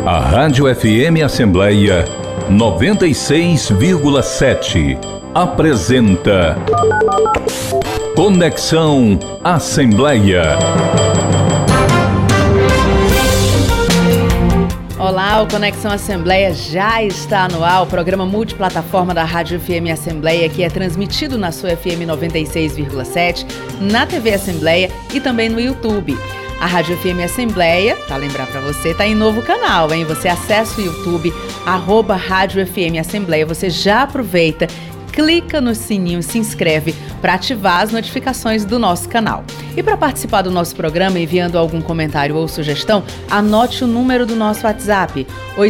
A Rádio FM Assembleia 96,7 apresenta Conexão Assembleia. Olá, o Conexão Assembleia já está no ar, o programa multiplataforma da Rádio FM Assembleia, que é transmitido na sua FM 96,7, na TV Assembleia e também no YouTube. A Rádio FM Assembleia, para lembrar para você, está em novo canal, hein? Você acessa o YouTube, @Rádio FM Assembleia, você já aproveita, clica no sininho, se inscreve para ativar as notificações do nosso canal. E para participar do nosso programa, enviando algum comentário ou sugestão, anote o número do nosso WhatsApp,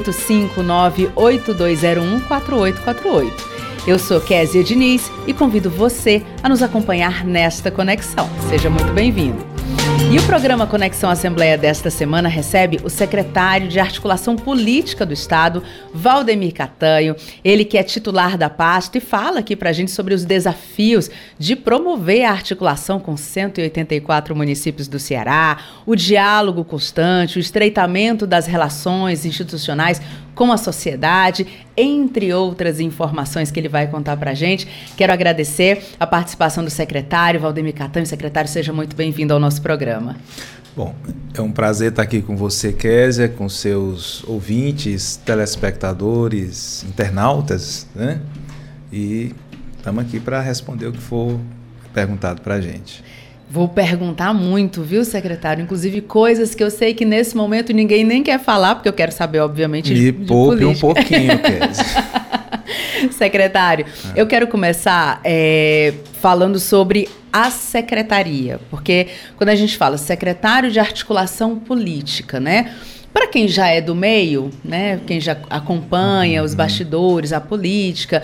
859-8201-4848. Eu sou Kézia Diniz e convido você a nos acompanhar nesta conexão. Seja muito bem-vindo. E o programa Conexão Assembleia desta semana recebe o secretário de Articulação Política do Estado, Valdemir Catanho, ele que é titular da pasta e fala aqui pra gente sobre os desafios de promover a articulação com 184 municípios do Ceará, o diálogo constante, o estreitamento das relações institucionais com a sociedade, entre outras informações que ele vai contar pra gente. Quero agradecer a participação do secretário Valdemir Catanho. Secretário, seja muito bem-vindo ao nosso programa. Bom, é um prazer estar aqui com você, Kézia, com seus ouvintes, telespectadores, internautas, né? E estamos aqui para responder o que for perguntado para a gente. Vou perguntar muito, viu, secretário? Inclusive coisas que eu sei que nesse momento ninguém nem quer falar, porque eu quero saber, obviamente, de poupe um pouquinho, Kézia. Secretário, eu quero começar falando sobre a secretaria, porque quando a gente fala secretário de articulação política, né? Para quem já é do meio, né, quem já acompanha os bastidores, a política,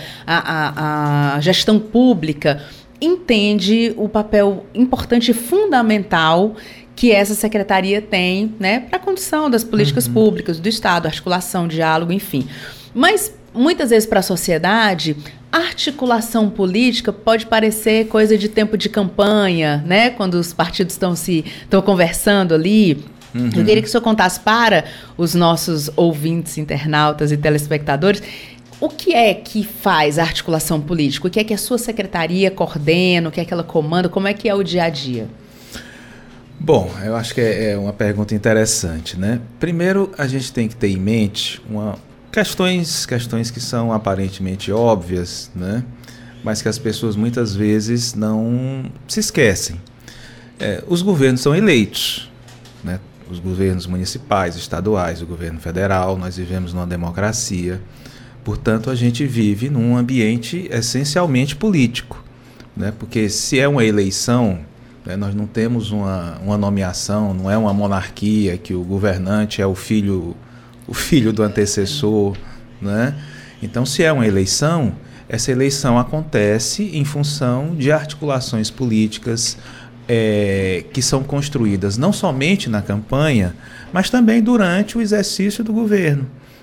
a gestão pública, entende o papel importante e fundamental que essa secretaria tem, né, para a condução das políticas públicas do Estado, articulação, diálogo, enfim. Mas, muitas vezes, para a sociedade, articulação política pode parecer coisa de tempo de campanha, né, quando os partidos estão conversando ali. Eu queria que o senhor contasse para os nossos ouvintes, internautas e telespectadores o que é que faz a articulação política, o que é que a sua secretaria coordena, o que é que ela comanda, como é que é o dia a dia? Bom, eu acho que é uma pergunta interessante, né? Primeiro, a gente tem que ter em mente questões que são aparentemente óbvias, né? Mas que as pessoas muitas vezes não se esquecem. Os governos são eleitos, né? Os governos municipais, estaduais, o governo federal, nós vivemos numa democracia. Portanto, a gente vive num ambiente essencialmente político, né? Porque se é uma eleição, né, nós não temos uma nomeação, não é uma monarquia que o governante é o filho do antecessor, né? Então, se é uma eleição, essa eleição acontece em função de articulações políticas que são construídas não somente na campanha, mas também durante o exercício do governo.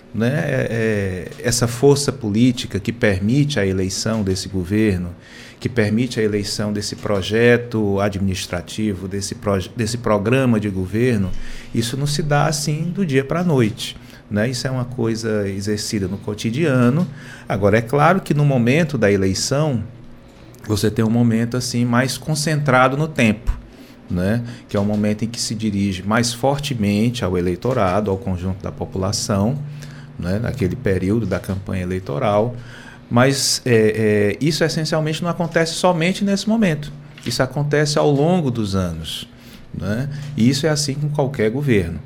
Né? Essa força política que permite a eleição desse governo, que permite a eleição desse projeto administrativo, desse programa de governo, isso não se dá assim do dia para a noite. Né? Isso é uma coisa exercida no cotidiano. Agora, é claro que no momento da eleição, você tem um momento assim mais concentrado no tempo, né? Que é um momento em que se dirige mais fortemente ao eleitorado, ao conjunto da população, né, naquele período da campanha eleitoral, mas isso essencialmente não acontece somente nesse momento, isso acontece ao longo dos anos, né, e isso é assim com qualquer governo.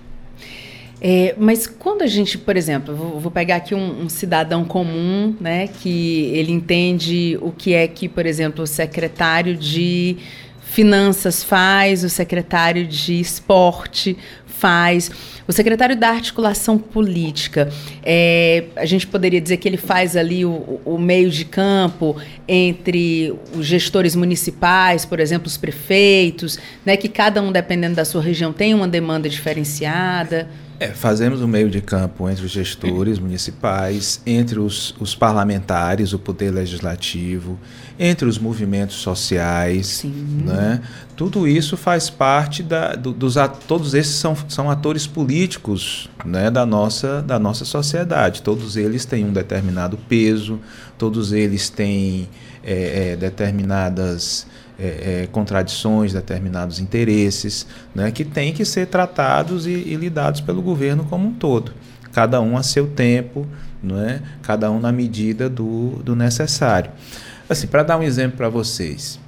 Mas quando a gente, por exemplo, vou pegar aqui um cidadão comum, né, que ele entende o que é que, por exemplo, o secretário de Finanças faz, o secretário de Esporte faz, o secretário da Articulação Política, a gente poderia dizer que ele faz ali o meio de campo entre os gestores municipais, por exemplo, os prefeitos, né, que cada um, dependendo da sua região, tem uma demanda diferenciada. Fazemos um meio de campo entre os gestores municipais, entre os parlamentares, o poder legislativo, entre os movimentos sociais, né? Tudo isso faz parte todos esses são atores políticos, né, da nossa sociedade. Todos eles têm um determinado peso, todos eles têm determinadas contradições, determinados interesses, né, que têm que ser tratados e lidados pelo governo como um todo. Cada um a seu tempo, né, cada um na medida do necessário. Assim, para dar um exemplo para vocês,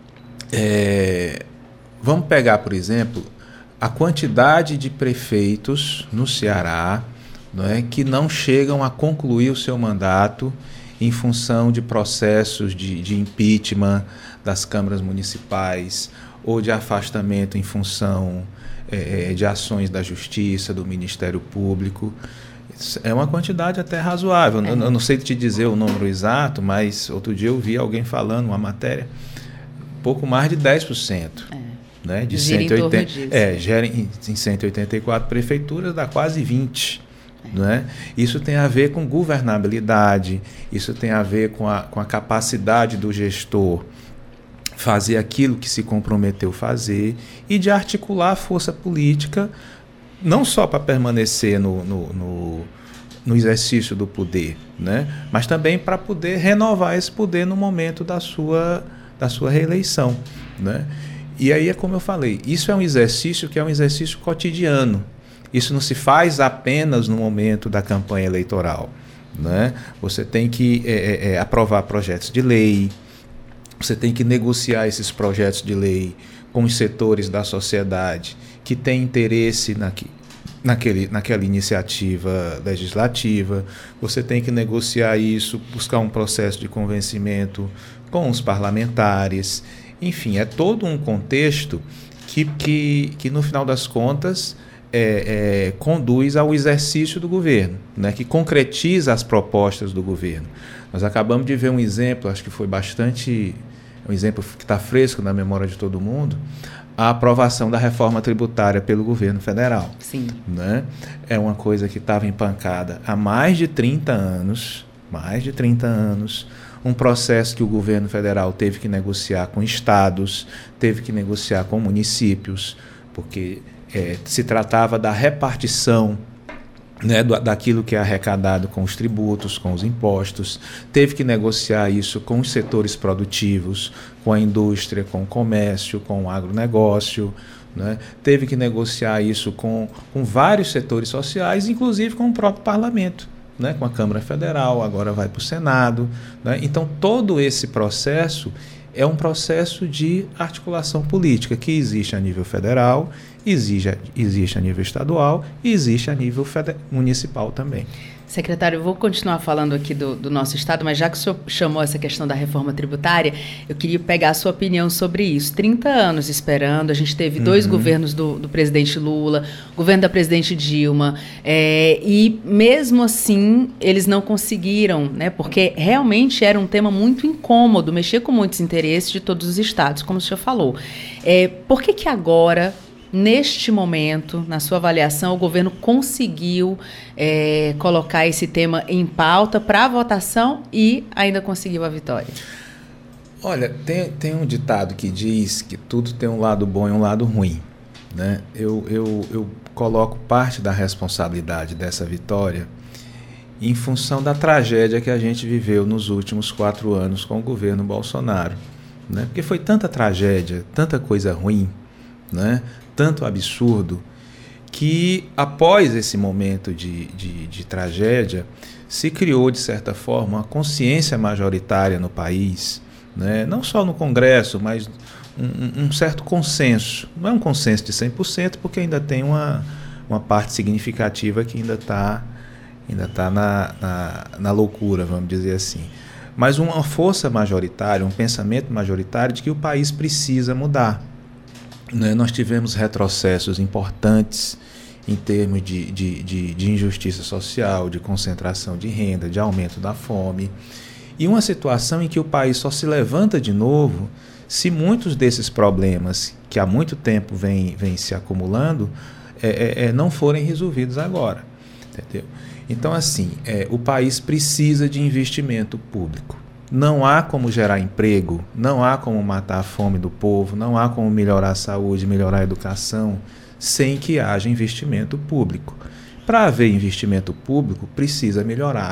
vamos pegar, por exemplo, a quantidade de prefeitos no Ceará, né, que não chegam a concluir o seu mandato em função de processos de impeachment das câmaras municipais ou de afastamento em função de ações da Justiça, do Ministério Público. É uma quantidade até razoável. Eu não sei te dizer o número exato, mas outro dia eu vi alguém falando, uma matéria, pouco mais de 10%. Né, de 180, gera em 184 prefeituras, dá quase 20. Né? Isso tem a ver com governabilidade, isso tem a ver com a capacidade do gestor fazer aquilo que se comprometeu fazer e de articular a força política, não só para permanecer no exercício do poder, né? Mas também para poder renovar esse poder no momento da sua reeleição. Né? E aí é como eu falei, isso é um exercício que é um exercício cotidiano. Isso não se faz apenas no momento da campanha eleitoral. Né? Você tem que aprovar projetos de lei, você tem que negociar esses projetos de lei com os setores da sociedade que têm interesse naquela iniciativa legislativa, você tem que negociar isso, buscar um processo de convencimento com os parlamentares. Enfim, é todo um contexto que no final das contas, conduz ao exercício do governo, né, que concretiza as propostas do governo. Nós acabamos de ver um exemplo, acho que foi um exemplo que está fresco na memória de todo mundo, a aprovação da reforma tributária pelo governo federal. Sim. Né? É uma coisa que estava empancada há mais de 30 anos, um processo que o governo federal teve que negociar com estados, teve que negociar com municípios, porque se tratava da repartição, né, daquilo que é arrecadado com os tributos, com os impostos, teve que negociar isso com os setores produtivos, com a indústria, com o comércio, com o agronegócio, né? Teve que negociar isso com vários setores sociais, inclusive com o próprio parlamento. Né, com a Câmara Federal, agora vai para o Senado. Né? Então, todo esse processo é um processo de articulação política que existe a nível federal, existe a nível estadual e existe a nível municipal também. Secretário, eu vou continuar falando aqui do nosso estado, mas já que o senhor chamou essa questão da reforma tributária, eu queria pegar a sua opinião sobre isso. 30 anos esperando, a gente teve dois governos do presidente Lula, governo da presidente Dilma, e mesmo assim eles não conseguiram, né, porque realmente era um tema muito incômodo, mexer com muitos interesses de todos os estados, como o senhor falou. Por que agora, neste momento, na sua avaliação, o governo conseguiu colocar esse tema em pauta para votação e ainda conseguiu a vitória? Olha, tem um ditado que diz que tudo tem um lado bom e um lado ruim. Né? Eu coloco parte da responsabilidade dessa vitória em função da tragédia que a gente viveu nos últimos 4 anos com o governo Bolsonaro. Né? Porque foi tanta tragédia, tanta coisa ruim, né? Tanto absurdo, que após esse momento de tragédia, se criou, de certa forma, uma consciência majoritária no país, né? Não só no Congresso, mas um certo consenso. Não é um consenso de 100%, porque ainda tem uma parte significativa que ainda tá na loucura, vamos dizer assim. Mas uma força majoritária, um pensamento majoritário de que o país precisa mudar. Nós tivemos retrocessos importantes em termos de injustiça social, de concentração de renda, de aumento da fome, e uma situação em que o país só se levanta de novo se muitos desses problemas que há muito tempo vêm se acumulando não forem resolvidos agora. Entendeu? Então, assim, o país precisa de investimento público. Não há como gerar emprego, não há como matar a fome do povo, não há como melhorar a saúde, melhorar a educação, sem que haja investimento público. Para haver investimento público, precisa melhorar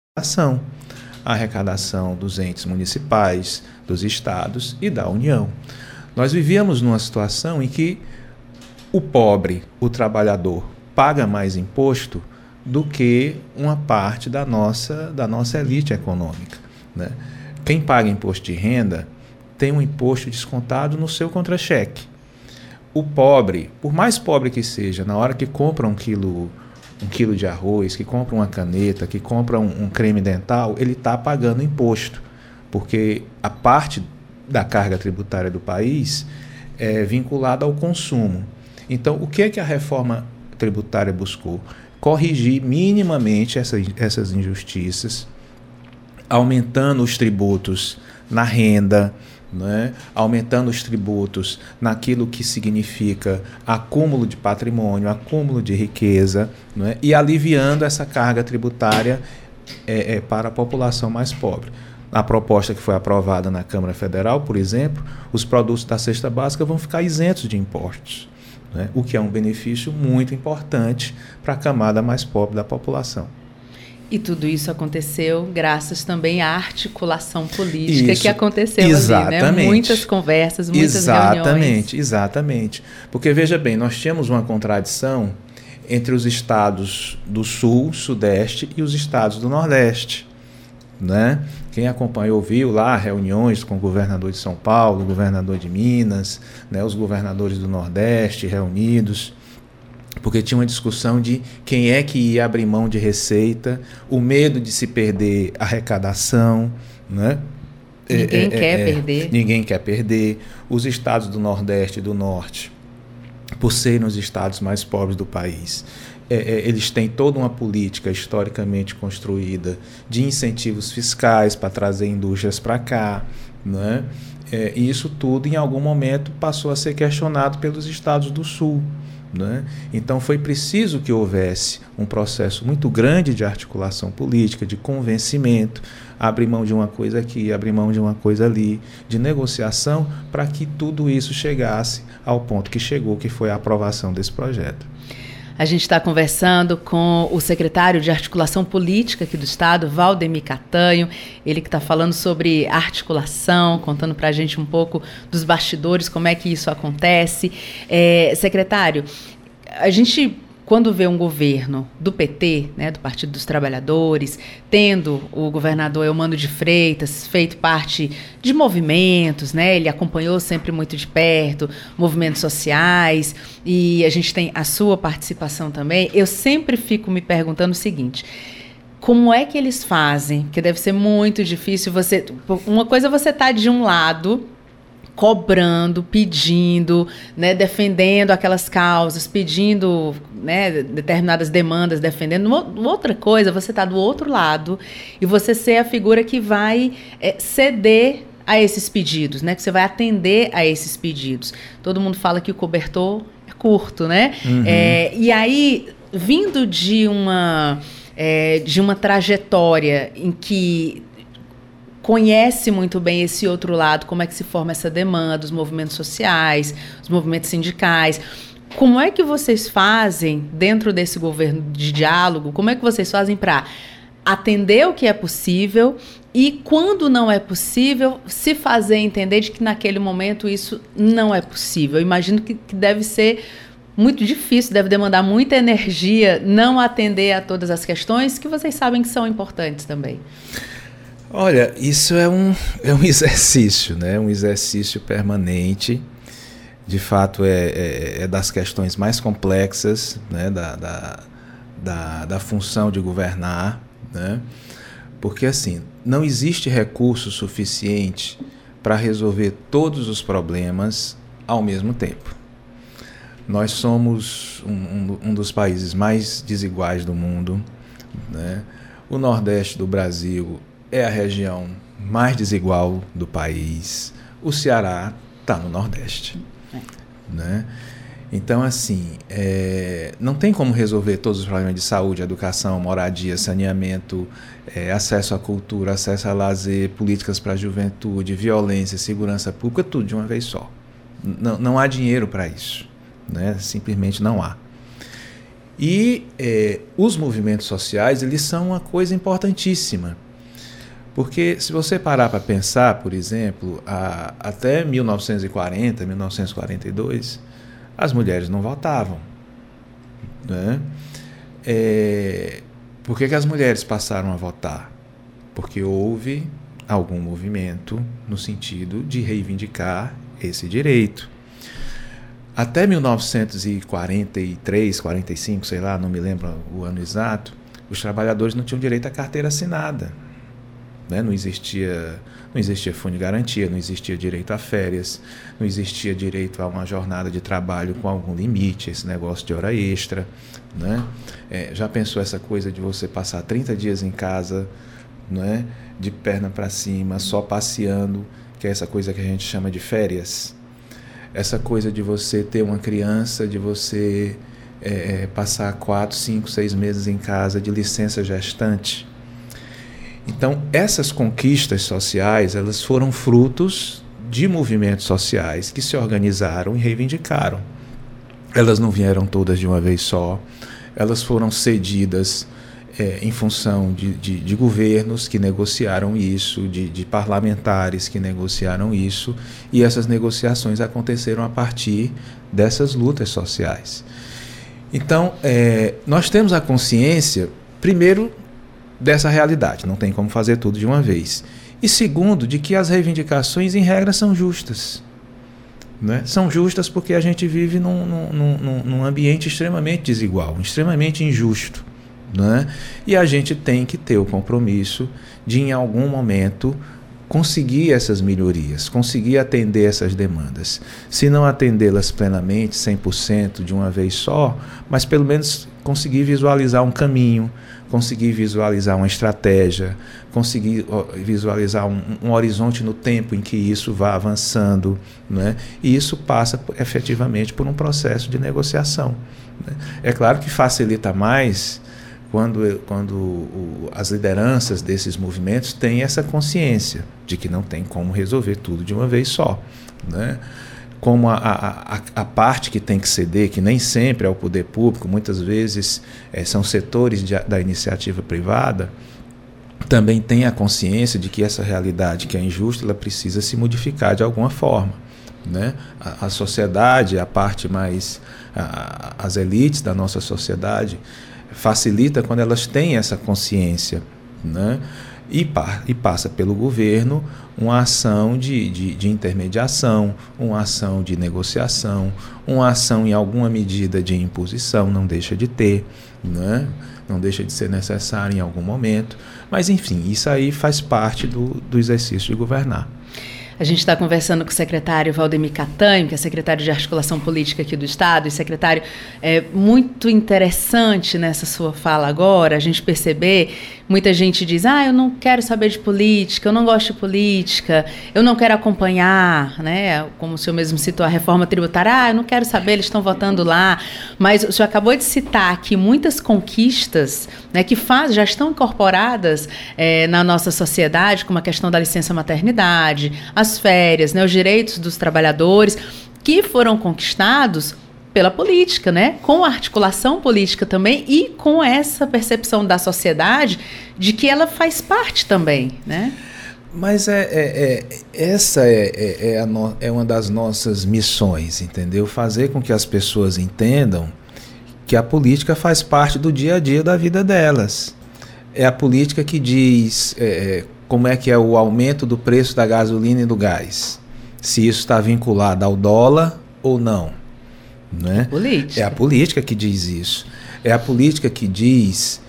a arrecadação dos entes municipais, dos estados e da União. Nós vivíamos numa situação em que o pobre, o trabalhador, paga mais imposto do que uma parte da nossa elite econômica, né? Quem paga imposto de renda tem um imposto descontado no seu contra-cheque. O pobre, por mais pobre que seja, na hora que compra um quilo de arroz, que compra uma caneta, que compra um creme dental, ele está pagando imposto, porque a parte da carga tributária do país é vinculada ao consumo. Então, o que é que a reforma tributária buscou? Corrigir minimamente essas injustiças, aumentando os tributos na renda, né? Aumentando os tributos naquilo que significa acúmulo de patrimônio, acúmulo de riqueza, né? E aliviando essa carga tributária para a população mais pobre. A proposta que foi aprovada na Câmara Federal, por exemplo, os produtos da cesta básica vão ficar isentos de impostos, né? O que é um benefício muito importante para a camada mais pobre da população. E tudo isso aconteceu graças também à articulação política que aconteceu exatamente. Ali, né? Muitas conversas, muitas reuniões. Exatamente. Porque, veja bem, nós tínhamos uma contradição entre os estados do Sul, Sudeste e os estados do Nordeste, né? Quem acompanhou viu lá reuniões com o governador de São Paulo, o governador de Minas, né? Os governadores do Nordeste reunidos, porque tinha uma discussão de quem é que ia abrir mão de receita, o medo de se perder arrecadação, né? Ninguém quer perder. Os estados do Nordeste e do Norte, por serem os estados mais pobres do país, eles têm toda uma política historicamente construída de incentivos fiscais para trazer indústrias para cá, né? E isso tudo, em algum momento, passou a ser questionado pelos estados do Sul, né? Então foi preciso que houvesse um processo muito grande de articulação política, de convencimento, abrir mão de uma coisa aqui, abrir mão de uma coisa ali, de negociação, para que tudo isso chegasse ao ponto que chegou, que foi a aprovação desse projeto. A gente está conversando com o secretário de Articulação Política aqui do Estado, Valdemir Catanho, ele que está falando sobre articulação, contando para a gente um pouco dos bastidores, como é que isso acontece. Secretário, a gente, quando vê um governo do PT, né, do Partido dos Trabalhadores, tendo o governador Eumano de Freitas feito parte de movimentos, né, ele acompanhou sempre muito de perto movimentos sociais, e a gente tem a sua participação também, eu sempre fico me perguntando o seguinte: como é que eles fazem? Porque deve ser muito difícil uma coisa é você estar de um lado cobrando, pedindo, né, defendendo aquelas causas, pedindo, né, determinadas demandas, defendendo. Outra coisa, você está do outro lado e você ser a figura que vai ceder a esses pedidos, né, que você vai atender a esses pedidos. Todo mundo fala que o cobertor é curto, né? Uhum. E aí, vindo de uma trajetória em que conhece muito bem esse outro lado, como é que se forma essa demanda, os movimentos sociais, os movimentos sindicais. Como é que vocês fazem, dentro desse governo de diálogo, como é que vocês fazem para atender o que é possível e, quando não é possível, se fazer entender de que naquele momento isso não é possível? Eu imagino que deve ser muito difícil, deve demandar muita energia não atender a todas as questões que vocês sabem que são importantes também. Olha, isso é um exercício, né? Um exercício permanente. De fato, é das questões mais complexas, né? da função de governar, né? Porque, assim, não existe recurso suficiente para resolver todos os problemas ao mesmo tempo. Nós somos um dos países mais desiguais do mundo, né? O Nordeste do Brasil é a região mais desigual do país. O Ceará está no Nordeste, né? Então, assim, não tem como resolver todos os problemas de saúde, educação, moradia, saneamento, acesso à cultura, acesso a lazer, políticas para a juventude, violência, segurança pública, tudo de uma vez só. Não há dinheiro para isso, né? Simplesmente não há. E os movimentos sociais, eles são uma coisa importantíssima. Porque se você parar para pensar, por exemplo, até 1940, 1942, as mulheres não votavam, né? Por que as mulheres passaram a votar? Porque houve algum movimento no sentido de reivindicar esse direito. Até 1943, 45, sei lá, não me lembro o ano exato, os trabalhadores não tinham direito à carteira assinada. Né? Não existia fundo de garantia, não existia direito a férias, não existia direito a uma jornada de trabalho com algum limite, esse negócio de hora extra. Né? Já pensou essa coisa de você passar 30 dias em casa, né? De perna para cima, só passeando, que é essa coisa que a gente chama de férias? Essa coisa de você ter uma criança, de você passar 4, 5, 6 meses em casa de licença gestante. Então, essas conquistas sociais, elas foram frutos de movimentos sociais que se organizaram e reivindicaram. Elas não vieram todas de uma vez só, elas foram cedidas em função de governos que negociaram isso, de parlamentares que negociaram isso, e essas negociações aconteceram a partir dessas lutas sociais. Então, nós temos a consciência, primeiro, dessa realidade, não tem como fazer tudo de uma vez. E segundo, de que as reivindicações, em regra, são justas. Né? São justas porque a gente vive num ambiente extremamente desigual, extremamente injusto. Né? E a gente tem que ter o compromisso de, em algum momento, conseguir essas melhorias, conseguir atender essas demandas. Se não atendê-las plenamente, 100% de uma vez só, mas pelo menos conseguir visualizar um caminho, conseguir visualizar uma estratégia, conseguir visualizar um horizonte no tempo em que isso vá avançando, né? E isso passa efetivamente por um processo de negociação. Né? É claro que facilita mais quando as lideranças desses movimentos têm essa consciência de que não tem como resolver tudo de uma vez só. Né? Como a parte que tem que ceder, que nem sempre é o poder público, muitas vezes são setores da iniciativa privada, também tem a consciência de que essa realidade que é injusta, ela precisa se modificar de alguma forma. Né? A sociedade, a parte mais... as elites da nossa sociedade facilita quando elas têm essa consciência, né? E passa pelo governo uma ação de intermediação, uma ação de negociação, uma ação em alguma medida de imposição, não deixa de ter, né? Não deixa de ser necessário em algum momento, mas enfim, isso aí faz parte do exercício de governar. A gente está conversando com o secretário Valdemir Catanho, que é secretário de Articulação Política aqui do Estado. E, secretário, é muito interessante nessa sua fala agora a gente perceber, muita gente diz, eu não quero saber de política, eu não gosto de política, eu não quero acompanhar, né? Como o senhor mesmo citou a reforma tributária, eu não quero saber, eles estão votando lá. Mas o senhor acabou de citar aqui muitas conquistas, né, que já estão incorporadas na nossa sociedade, como a questão da licença maternidade, as férias, né, os direitos dos trabalhadores, que foram conquistados pela política, né, com a articulação política também e com essa percepção da sociedade de que ela faz parte também, né? Mas essa é uma das nossas missões, entendeu? Fazer com que as pessoas entendam que a política faz parte do dia a dia da vida delas. É a política que diz como é que é o aumento do preço da gasolina e do gás, se isso está vinculado ao dólar ou não. Né? É a política que diz isso. É a política que diz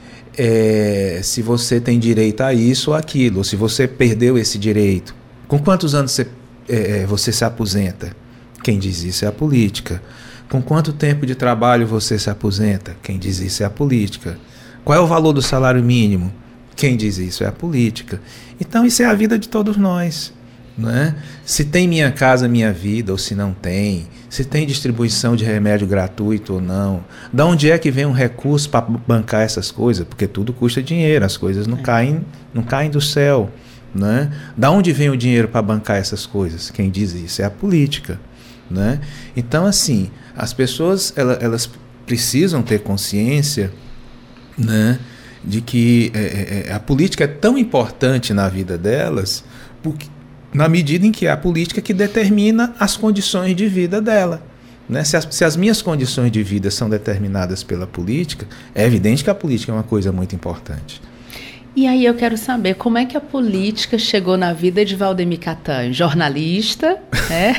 se você tem direito a isso ou aquilo, ou se você perdeu esse direito. Com quantos anos você se aposenta? Quem diz isso é a política. Com quanto tempo de trabalho você se aposenta? Quem diz isso é a política. Qual é o valor do salário mínimo? Quem diz isso é a política. Então isso é a vida de todos nós. Né? Se tem Minha Casa Minha Vida ou se não tem, se tem distribuição de remédio gratuito ou não, de onde é que vem um recurso para bancar essas coisas? Porque tudo custa dinheiro, as coisas não caem do céu. Né? Da onde vem o dinheiro para bancar essas coisas? Quem diz isso é a política. né? Então, assim, as pessoas elas precisam ter consciência, né, de que a política é tão importante na vida delas, porque, na medida em que é a política que determina as condições de vida dela. Né? Se as minhas condições de vida são determinadas pela política, é evidente que a política é uma coisa muito importante. E aí eu quero saber como é que a política chegou na vida de Valdemir Cattan, jornalista, né?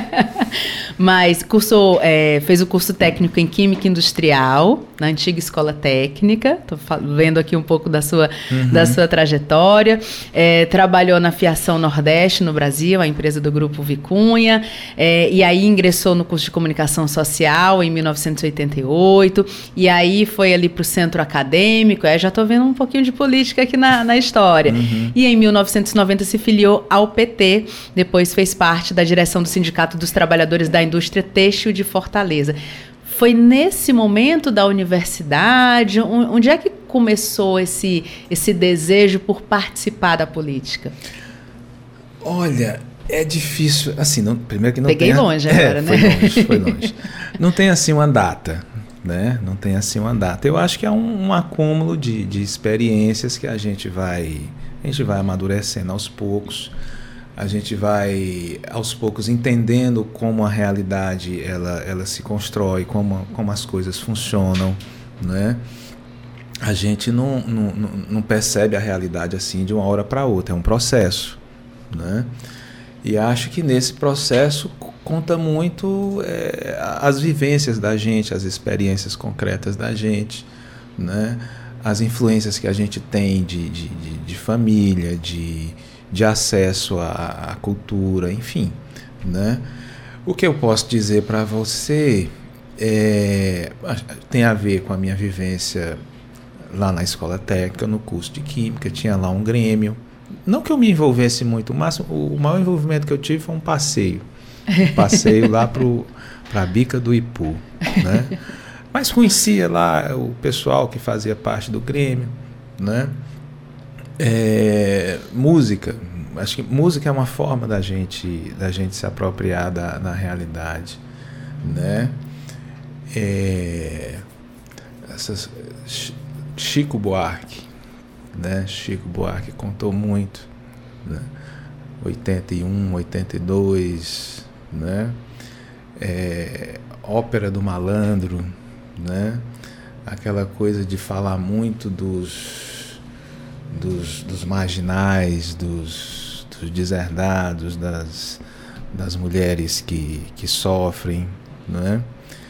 Mas fez o curso técnico em Química Industrial, na antiga Escola Técnica, estou vendo aqui um pouco da sua trajetória, trabalhou na Fiação Nordeste, no Brasil, a empresa do Grupo Vicunha, e aí ingressou no curso de Comunicação Social em 1988, e aí foi ali para o Centro Acadêmico, já estou vendo um pouquinho de política aqui na história. E em 1990 se filiou ao PT, depois fez parte da direção do Sindicato dos Trabalhadores da Indústria Têxtil de Fortaleza. Foi nesse momento da universidade, onde é que começou esse desejo por participar da política? Olha, é difícil, assim, primeiro que não Peguei longe agora, né? Foi longe. Não tem assim uma data. Né? Não tem assim uma data. Eu acho que é um acúmulo de experiências que a gente vai amadurecendo aos poucos. A gente vai aos poucos entendendo como a realidade ela se constrói, como as coisas funcionam, né? A gente não percebe a realidade assim de uma hora para outra, é um processo, né? E acho que nesse processo conta muito as vivências da gente, as experiências concretas da gente, né? As influências que a gente tem de família, de acesso à cultura, enfim, né? O que eu posso dizer para você tem a ver com a minha vivência lá na Escola Técnica, no curso de Química, tinha lá um grêmio. Não que eu me envolvesse muito, mas o maior envolvimento que eu tive foi um passeio. Um passeio lá para a Bica do Ipu, né? Mas conhecia lá o pessoal que fazia parte do grêmio, né? Música. Acho que música é uma forma da gente se apropriar da realidade, né? Chico Buarque. Né? Chico Buarque contou muito, né? 81, 82, né? Ópera do Malandro, né? Aquela coisa de falar muito dos marginais, dos deserdados, das mulheres que sofrem, né?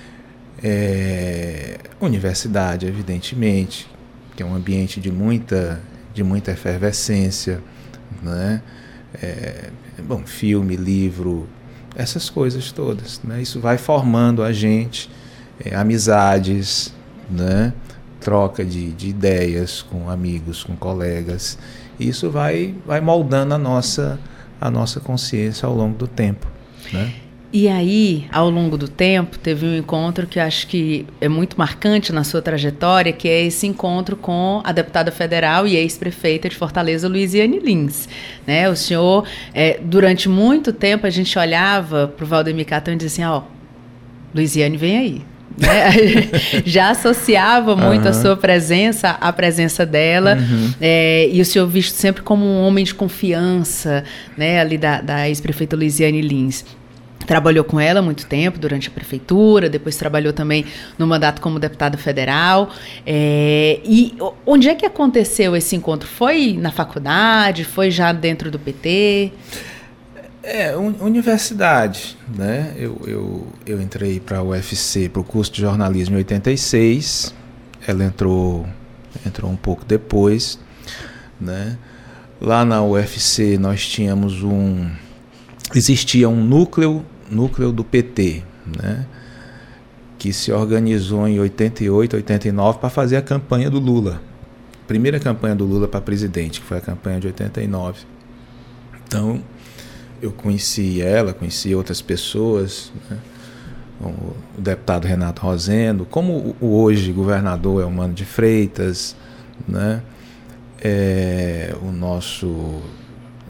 Universidade, evidentemente, que é um ambiente de muita efervescência, né? Filme, livro, essas coisas todas, né? Isso vai formando a gente, amizades, né? Troca de ideias com amigos, com colegas, e isso vai moldando a nossa consciência ao longo do tempo, né? E aí, ao longo do tempo, teve um encontro que eu acho que é muito marcante na sua trajetória, que é esse encontro com a deputada federal e ex-prefeita de Fortaleza, Luiziane Lins. Né? O senhor, durante muito tempo, a gente olhava para o Valdemir Cattan e dizia assim, Luiziane vem aí. Né? Já associava muito a sua presença à presença dela, e o senhor visto sempre como um homem de confiança, né, ali da ex-prefeita Luiziane Lins. Trabalhou com ela há muito tempo, durante a prefeitura, depois trabalhou também no mandato como deputada federal. E onde é que aconteceu esse encontro? Foi na faculdade? Foi já dentro do PT? Universidade, né? Eu entrei para a UFC, para o curso de jornalismo em 86. Ela entrou um pouco depois, né? Lá na UFC nós tínhamos existia um núcleo do PT, né, que se organizou em 88, 89 para fazer a campanha do Lula. Primeira campanha do Lula para presidente, que foi a campanha de 89. Então, eu conheci outras pessoas, né, o deputado Renato Rosendo, como o hoje governador Elmano de Freitas, né, o nosso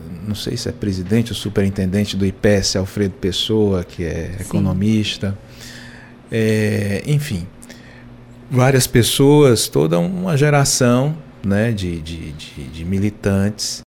não sei se é presidente ou superintendente do IPES, Alfredo Pessoa, que é economista. Enfim, várias pessoas, toda uma geração, né, de militantes,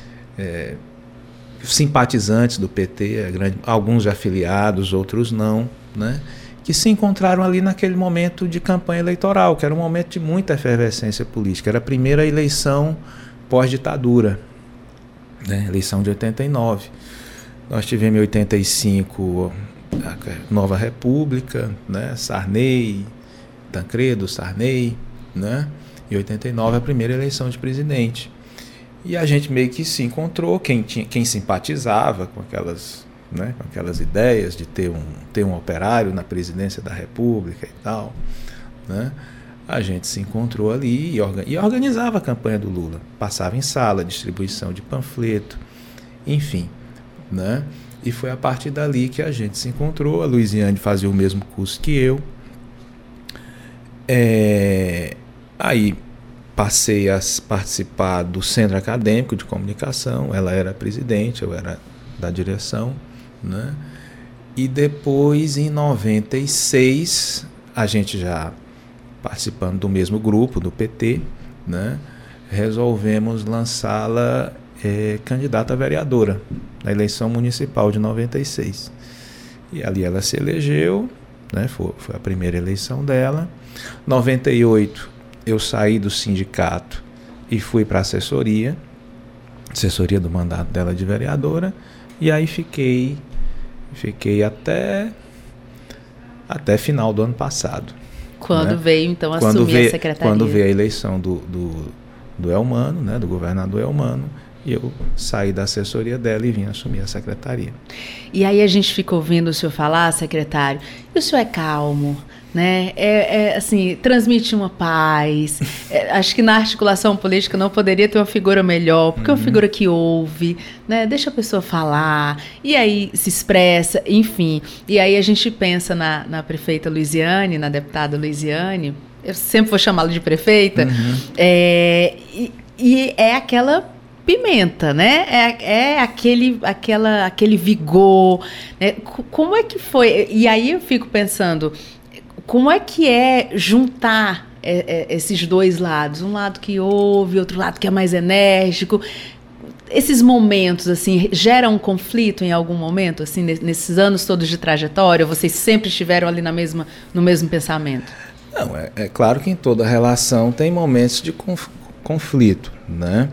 simpatizantes do PT, alguns já afiliados, outros não, né, que se encontraram ali naquele momento de campanha eleitoral, que era um momento de muita efervescência política. Era a primeira eleição pós-ditadura, né, eleição de 89. Nós tivemos em 85 a Nova República, né, Sarney, Tancredo, Sarney, né, em 89 a primeira eleição de presidente. E a gente meio que se encontrou, quem simpatizava com aquelas, né, com aquelas ideias de ter um operário na presidência da República e tal, né? A gente se encontrou ali e organizava a campanha do Lula. Passava em sala, distribuição de panfleto, enfim, né? E foi a partir dali que a gente se encontrou. A Luiziane fazia o mesmo curso que eu. Aí passei a participar do Centro Acadêmico de Comunicação. Ela era presidente, eu era da direção, né? E depois, em 96, a gente já participando do mesmo grupo, do PT, né, resolvemos lançá-la candidata a vereadora na eleição municipal de 96. E ali ela se elegeu, né, foi a primeira eleição dela. 98 eu saí do sindicato e fui para a assessoria do mandato dela de vereadora, e aí fiquei até final do ano passado. Quando, né, veio, então, assumir a secretaria. Quando veio a eleição do Elmano, né, do governador Elmano, e eu saí da assessoria dela e vim assumir a secretaria. E aí a gente fica ouvindo o senhor falar, secretário, e o senhor é calmo, né? Assim, transmite uma paz. Acho que na articulação política não poderia ter uma figura melhor, porque é uma figura que ouve, né? Deixa a pessoa falar, e aí se expressa, enfim. E aí a gente pensa na prefeita Luiziane, na deputada Luiziane, eu sempre vou chamá-la de prefeita, e é aquela pimenta, né? Aquele vigor, né? Como é que foi? E aí eu fico pensando, como é que é juntar esses dois lados? Um lado que ouve, outro lado que é mais enérgico. Esses momentos, assim, geram um conflito em algum momento, assim, nesses anos todos de trajetória? Vocês sempre estiveram ali no mesmo pensamento? Não, é claro que em toda relação tem momentos de conflito, né?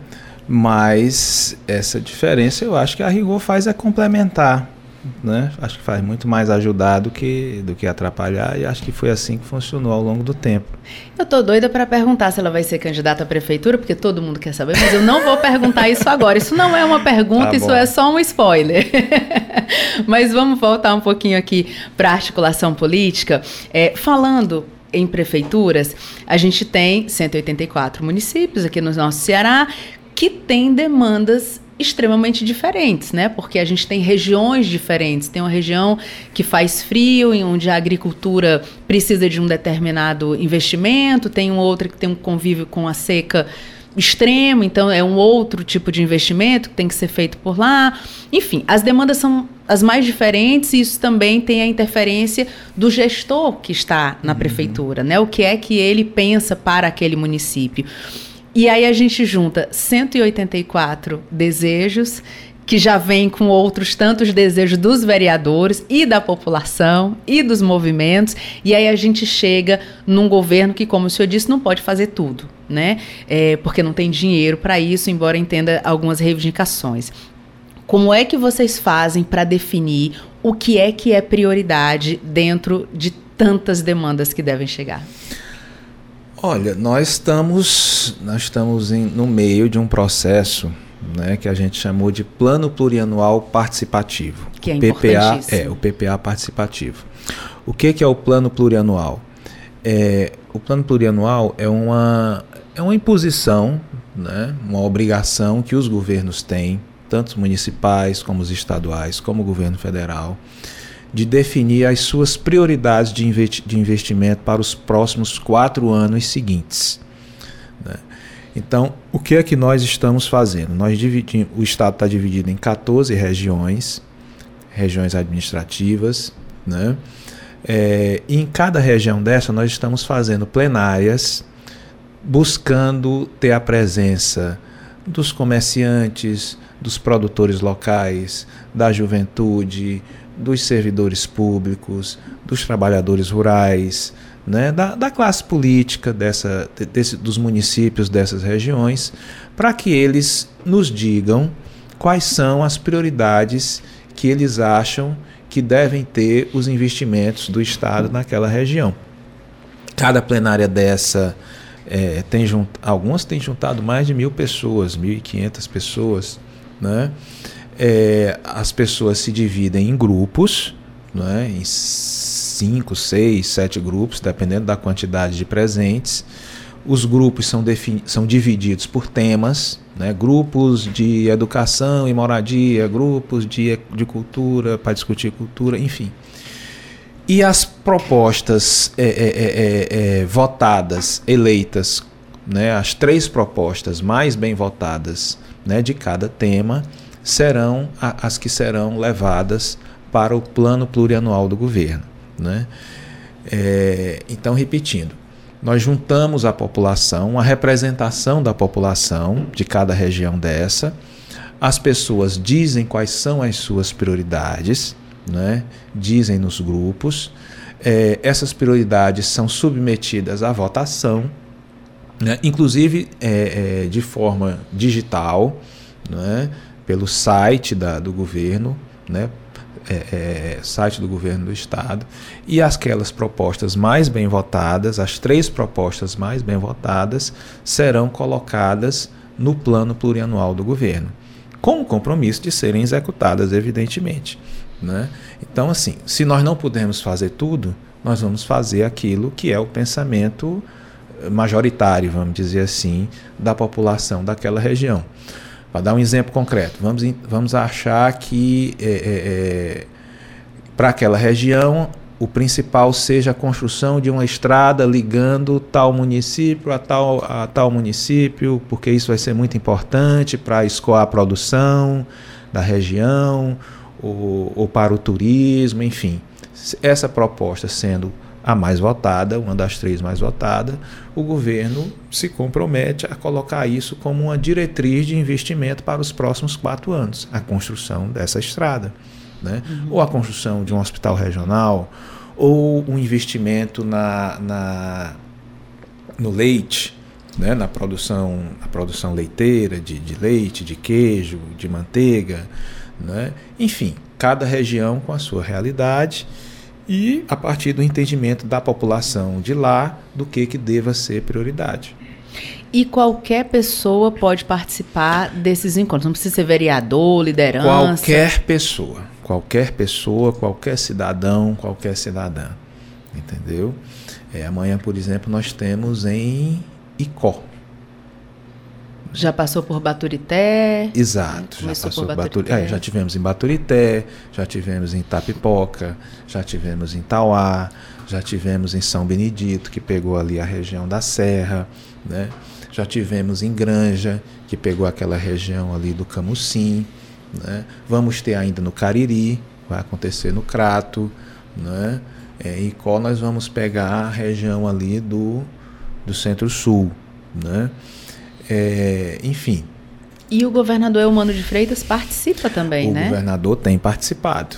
Mas essa diferença eu acho que a rigor faz complementar, né? Acho que faz muito mais ajudar do que atrapalhar, e acho que foi assim que funcionou ao longo do tempo. Eu tô doida para perguntar se ela vai ser candidata à prefeitura, porque todo mundo quer saber, mas eu não vou perguntar isso agora. Isso não é uma pergunta, isso é só um spoiler. Mas vamos voltar um pouquinho aqui para a articulação política. Falando em prefeituras, a gente tem 184 municípios aqui no nosso Ceará que têm demandas extremamente diferentes, né? Porque a gente tem regiões diferentes. Tem uma região que faz frio, em onde a agricultura precisa de um determinado investimento, tem uma outra que tem um convívio com a seca extremo, então é um outro tipo de investimento que tem que ser feito por lá. Enfim, as demandas são as mais diferentes, e isso também tem a interferência do gestor que está na prefeitura, né? O que é que ele pensa para aquele município. E aí a gente junta 184 desejos, que já vem com outros tantos desejos dos vereadores e da população e dos movimentos, e aí a gente chega num governo que, como o senhor disse, não pode fazer tudo, né? Porque não tem dinheiro para isso, embora entenda algumas reivindicações. Como é que vocês fazem para definir o que é prioridade dentro de tantas demandas que devem chegar? Olha, nós estamos no meio de um processo, né, que a gente chamou de Plano Plurianual Participativo. Que é importantíssimo. O PPA participativo. O que é o Plano Plurianual? O Plano Plurianual é uma imposição, né, uma obrigação que os governos têm, tanto os municipais como os estaduais, como o governo federal, de definir as suas prioridades de investimento para os próximos 4 anos seguintes, né? Então, o que é que nós estamos fazendo? O Estado está dividido em 14 regiões administrativas, né? E em cada região dessa nós estamos fazendo plenárias, buscando ter a presença dos comerciantes, dos produtores locais, da juventude, dos servidores públicos, dos trabalhadores rurais, né, da classe política dos municípios dessas regiões, para que eles nos digam quais são as prioridades que eles acham que devem ter os investimentos do Estado naquela região. Cada plenária dessa algumas têm juntado mais de 1.000 pessoas, 1.500 pessoas, né? As pessoas se dividem em grupos, né? Em 5, 6, 7 grupos, dependendo da quantidade de presentes. Os grupos são divididos por temas, né? Grupos de educação e moradia, grupos de cultura, para discutir cultura, enfim. E as propostas votadas, eleitas, né? As 3 propostas mais bem votadas, né, de cada tema serão as que serão levadas para o plano plurianual do governo, né? Então, repetindo, nós juntamos a população, a representação da população de cada região dessa, as pessoas dizem quais são as suas prioridades, né? Dizem nos grupos, essas prioridades são submetidas à votação, né? Inclusive de forma digital, né? Pelo site do governo, né? Site do governo do Estado, e aquelas propostas mais bem votadas, as 3 propostas mais bem votadas, serão colocadas no plano plurianual do governo, com o compromisso de serem executadas, evidentemente, né? Então, assim, se nós não pudermos fazer tudo, nós vamos fazer aquilo que é o pensamento majoritário, vamos dizer assim, da população daquela região. Para dar um exemplo concreto, vamos achar que para aquela região o principal seja a construção de uma estrada ligando tal município a tal município, porque isso vai ser muito importante para escoar a produção da região ou para o turismo, enfim. Essa proposta sendo a mais votada, uma das 3 mais votadas, o governo se compromete a colocar isso como uma diretriz de investimento para os próximos 4 anos, a construção dessa estrada, né? Ou a construção de um hospital regional, ou um investimento no leite, né? Na produção leiteira, de leite, de queijo, de manteiga, né? Enfim, cada região com a sua realidade, e a partir do entendimento da população de lá do que deva ser prioridade. E qualquer pessoa pode participar desses encontros? Não precisa ser vereador, liderança? Qualquer pessoa, qualquer cidadão, qualquer cidadã. Entendeu? Amanhã, por exemplo, nós temos em Icó. Já passou por Baturité? Exato, já passou por Baturité. Já tivemos em Baturité, já tivemos em Itapipoca, já tivemos em Tauá, já tivemos em São Benedito, que pegou ali a região da Serra, né? Já tivemos em Granja, que pegou aquela região ali do Camucim, né? Vamos ter ainda no Cariri, vai acontecer no Crato, né? Em Icó nós vamos pegar a região ali do Centro-Sul, né? Enfim. E o governador Eumano de Freitas participa também, né? O governador tem participado,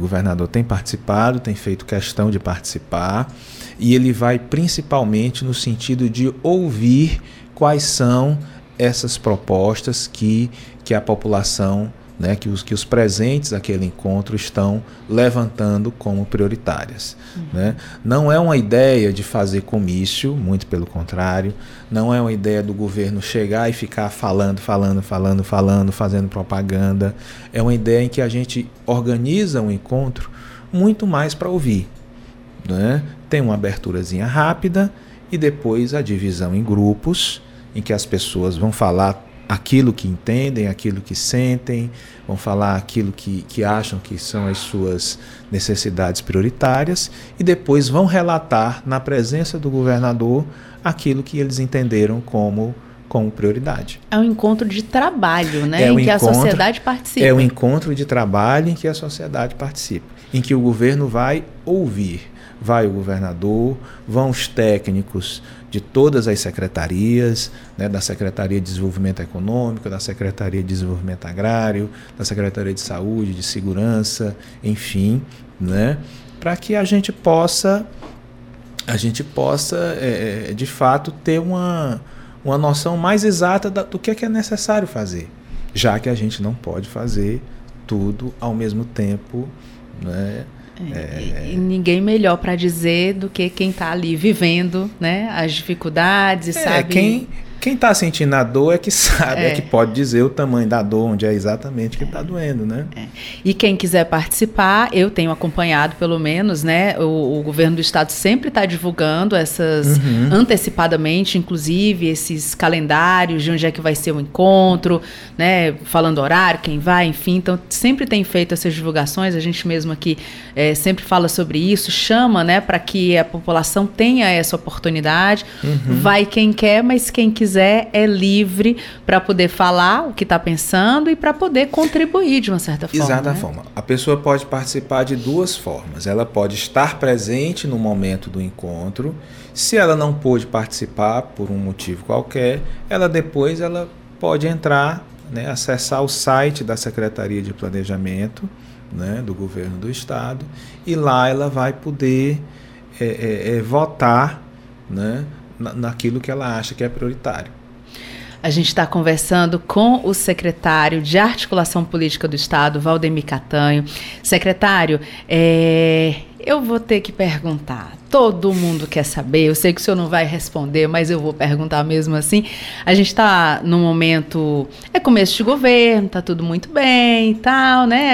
tem feito questão de participar, e ele vai principalmente no sentido de ouvir quais são essas propostas que a população, né, que os presentes daquele encontro estão levantando como prioritárias. Né? Não é uma ideia de fazer comício, muito pelo contrário, não é uma ideia do governo chegar e ficar falando, fazendo propaganda. É uma ideia em que a gente organiza um encontro muito mais para ouvir. Né? Tem uma aberturazinha rápida e depois a divisão em grupos, em que as pessoas vão falar aquilo que entendem, aquilo que sentem, vão falar aquilo que acham que são as suas necessidades prioritárias, e depois vão relatar na presença do governador aquilo que eles entenderam como como prioridade. É um encontro de trabalho, né? Em que a sociedade participa. É um encontro de trabalho em que a sociedade participa, em que o governo vai ouvir. Vai o governador, vão os técnicos de todas as secretarias, né, da Secretaria de Desenvolvimento Econômico, da Secretaria de Desenvolvimento Agrário, da Secretaria de Saúde, de Segurança, enfim, né, para que a gente possa de fato ter uma noção mais exata do que é necessário fazer, já que a gente não pode fazer tudo ao mesmo tempo, né? E ninguém melhor para dizer do que quem está ali vivendo, né, as dificuldades e sabe... Quem está sentindo a dor é que sabe, é que pode dizer o tamanho da dor, onde é exatamente que está doendo, né? E quem quiser participar, eu tenho acompanhado pelo menos, né? O governo do estado sempre está divulgando essas, antecipadamente, inclusive, esses calendários de onde é que vai ser o encontro, né? Falando horário, quem vai, enfim. Então, sempre tem feito essas divulgações, a gente mesmo aqui sempre fala sobre isso, chama, né? Para que a população tenha essa oportunidade. Vai quem quer, mas quem quiser é livre para poder falar o que está pensando e para poder contribuir de uma certa forma. Exata né? forma. A pessoa pode participar de duas formas. Ela pode estar presente no momento do encontro. Se ela não pôde participar por um motivo qualquer, ela pode entrar, né, acessar o site da Secretaria de Planejamento, né, do Governo do Estado, e lá ela vai poder votar, né, naquilo que ela acha que é prioritário. A gente está conversando com o secretário de Articulação Política do Estado, Valdemir Catanho. Secretário, eu vou ter que perguntar. Todo mundo quer saber, eu sei que o senhor não vai responder, mas eu vou perguntar mesmo assim. A gente está num momento, começo de governo, está tudo muito bem e tal, né?